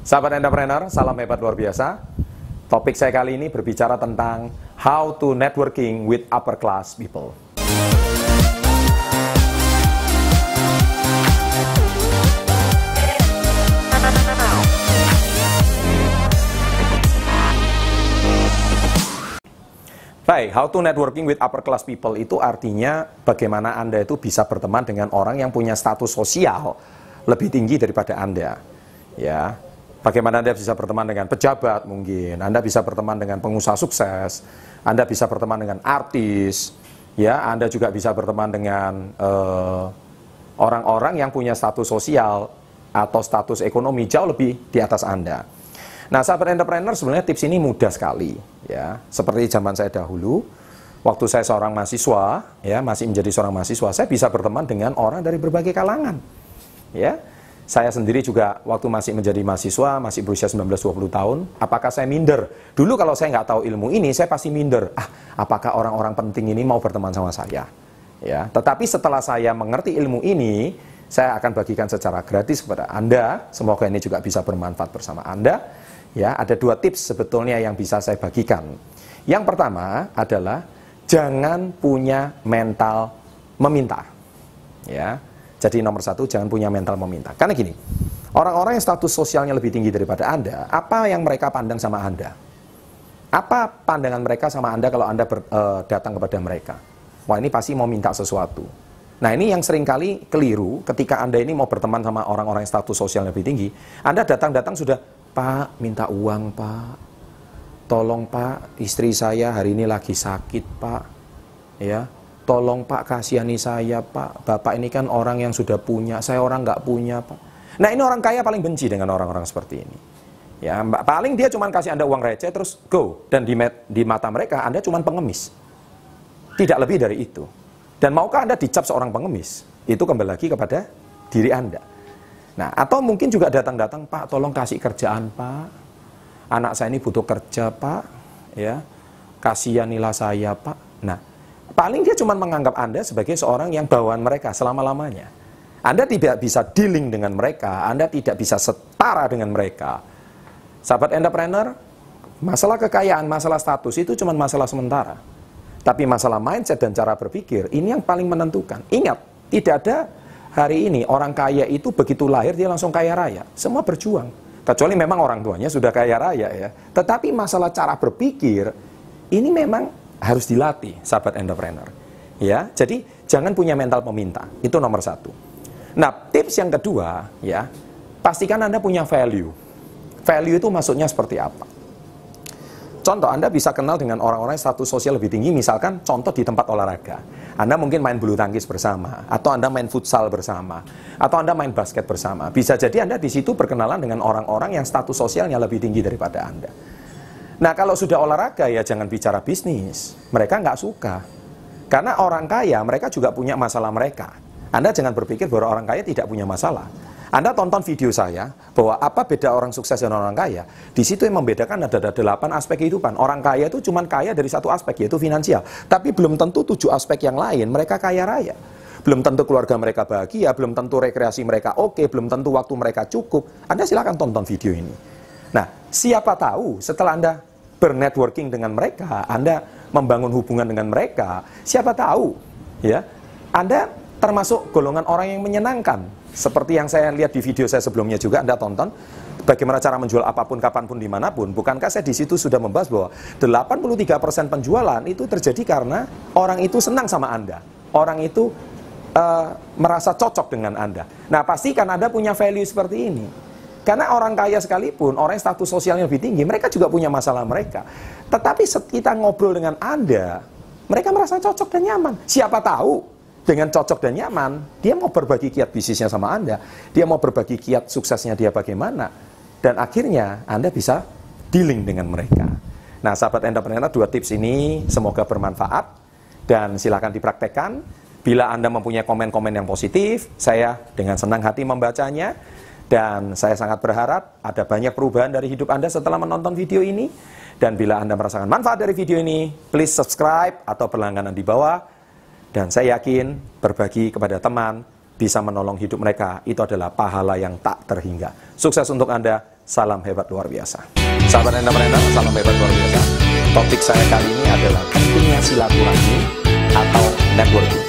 Sahabat entrepreneur, salam hebat luar biasa. Topik saya kali ini berbicara tentang how to networking with upper class people. Baik, how to networking with upper class people itu artinya bagaimana Anda itu bisa berteman dengan orang yang punya status sosial lebih tinggi daripada Anda. Ya, bagaimana Anda bisa berteman dengan pejabat mungkin, Anda bisa berteman dengan pengusaha sukses, Anda bisa berteman dengan artis, ya, Anda juga bisa berteman dengan orang-orang yang punya status sosial atau status ekonomi jauh lebih di atas Anda. Nah, sahabat entrepreneur, sebenarnya tips ini mudah sekali, ya. Seperti zaman saya dahulu, waktu saya seorang mahasiswa, ya, masih menjadi seorang mahasiswa, saya bisa berteman dengan orang dari berbagai kalangan, ya. Saya sendiri juga waktu masih menjadi mahasiswa, masih berusia 19-20 tahun, apakah saya minder? Dulu kalau saya nggak tahu ilmu ini, saya pasti minder. Apakah orang-orang penting ini mau berteman sama saya? Ya, tetapi setelah saya mengerti ilmu ini, saya akan bagikan secara gratis kepada Anda. Semoga ini juga bisa bermanfaat bersama Anda. Ya, ada 2 tips sebetulnya yang bisa saya bagikan. Yang pertama adalah jangan punya mental meminta. Ya. Jadi nomor 1, jangan punya mental meminta. Karena gini, orang-orang yang status sosialnya lebih tinggi daripada Anda, apa yang mereka pandang sama Anda? Apa pandangan mereka sama Anda kalau Anda datang kepada mereka? Wah, ini pasti mau minta sesuatu. Nah, ini yang seringkali keliru ketika Anda ini mau berteman sama orang-orang yang status sosial lebih tinggi. Anda datang-datang sudah, Pak, minta uang, Pak. Tolong, Pak, istri saya hari ini lagi sakit, Pak. Ya. Tolong, Pak, kasihani saya, Pak. Bapak ini kan orang yang sudah punya, saya orang nggak punya, Pak. Nah, ini orang kaya paling benci dengan orang-orang seperti ini. Ya, paling dia cuma kasih Anda uang receh terus go. Dan di mata mereka Anda cuma pengemis. Tidak lebih dari itu. Dan maukah Anda dicap seorang pengemis? Itu kembali lagi kepada diri Anda. Nah, atau mungkin juga datang-datang, Pak, tolong kasih kerjaan, Pak. Anak saya ini butuh kerja, Pak. Ya, kasihanilah saya, Pak. Nah, paling dia cuma menganggap Anda sebagai seorang yang bawaan mereka selama-lamanya. Anda tidak bisa dealing dengan mereka, Anda tidak bisa setara dengan mereka. Sahabat entrepreneur, masalah kekayaan, masalah status itu cuma masalah sementara. Tapi masalah mindset dan cara berpikir, ini yang paling menentukan. Ingat, tidak ada hari ini orang kaya itu begitu lahir dia langsung kaya raya. Semua berjuang. Kecuali memang orang tuanya sudah kaya raya ya. Tetapi masalah cara berpikir, ini memang harus dilatih, sahabat entrepreneur. Ya, jadi jangan punya mental peminta. Itu nomor 1. Nah, tips yang kedua, ya, pastikan Anda punya value. Value itu maksudnya seperti apa? Contoh, Anda bisa kenal dengan orang-orang status sosial lebih tinggi, misalkan contoh di tempat olahraga. Anda mungkin main bulu tangkis bersama, atau Anda main futsal bersama, atau Anda main basket bersama. Bisa jadi Anda di situ berkenalan dengan orang-orang yang status sosialnya lebih tinggi daripada Anda. Nah, kalau sudah olahraga ya jangan bicara bisnis. Mereka nggak suka. Karena orang kaya, mereka juga punya masalah mereka. Anda jangan berpikir bahwa orang kaya tidak punya masalah. Anda tonton video saya, bahwa apa beda orang sukses dan orang kaya. Di situ yang membedakan ada 8 aspek kehidupan. Orang kaya itu cuma kaya dari 1 aspek, yaitu finansial. Tapi belum tentu 7 aspek yang lain, mereka kaya raya. Belum tentu keluarga mereka bahagia, belum tentu rekreasi mereka oke, belum tentu waktu mereka cukup. Anda silakan tonton video ini. Nah, siapa tahu setelah Anda bernetworking dengan mereka, Anda membangun hubungan dengan mereka, siapa tahu, ya, Anda termasuk golongan orang yang menyenangkan. Seperti yang saya lihat di video saya sebelumnya juga, Anda tonton bagaimana cara menjual apapun, kapanpun, dimanapun. Bukankah saya di situ sudah membahas bahwa 83% penjualan itu terjadi karena orang itu senang sama Anda. Orang itu merasa cocok dengan Anda. Nah, pastikan Anda punya value seperti ini. Karena orang kaya sekalipun, orang yang status sosialnya lebih tinggi, mereka juga punya masalah mereka. Tetapi kita ngobrol dengan Anda, mereka merasa cocok dan nyaman. Siapa tahu dengan cocok dan nyaman, dia mau berbagi kiat bisnisnya sama Anda, dia mau berbagi kiat suksesnya dia bagaimana, dan akhirnya Anda bisa dealing dengan mereka. Nah, sahabat entrepreneur, 2 tips ini semoga bermanfaat, dan silakan dipraktekkan. Bila Anda mempunyai komen-komen yang positif, saya dengan senang hati membacanya, dan saya sangat berharap ada banyak perubahan dari hidup Anda setelah menonton video ini. Dan bila Anda merasakan manfaat dari video ini, please subscribe atau berlangganan di bawah. Dan saya yakin berbagi kepada teman bisa menolong hidup mereka. Itu adalah pahala yang tak terhingga. Sukses untuk Anda. salam hebat luar biasa. Sahabat entrepreneur, salam hebat luar biasa. Topik saya kali ini adalah pentingnya silaturahmi atau networking.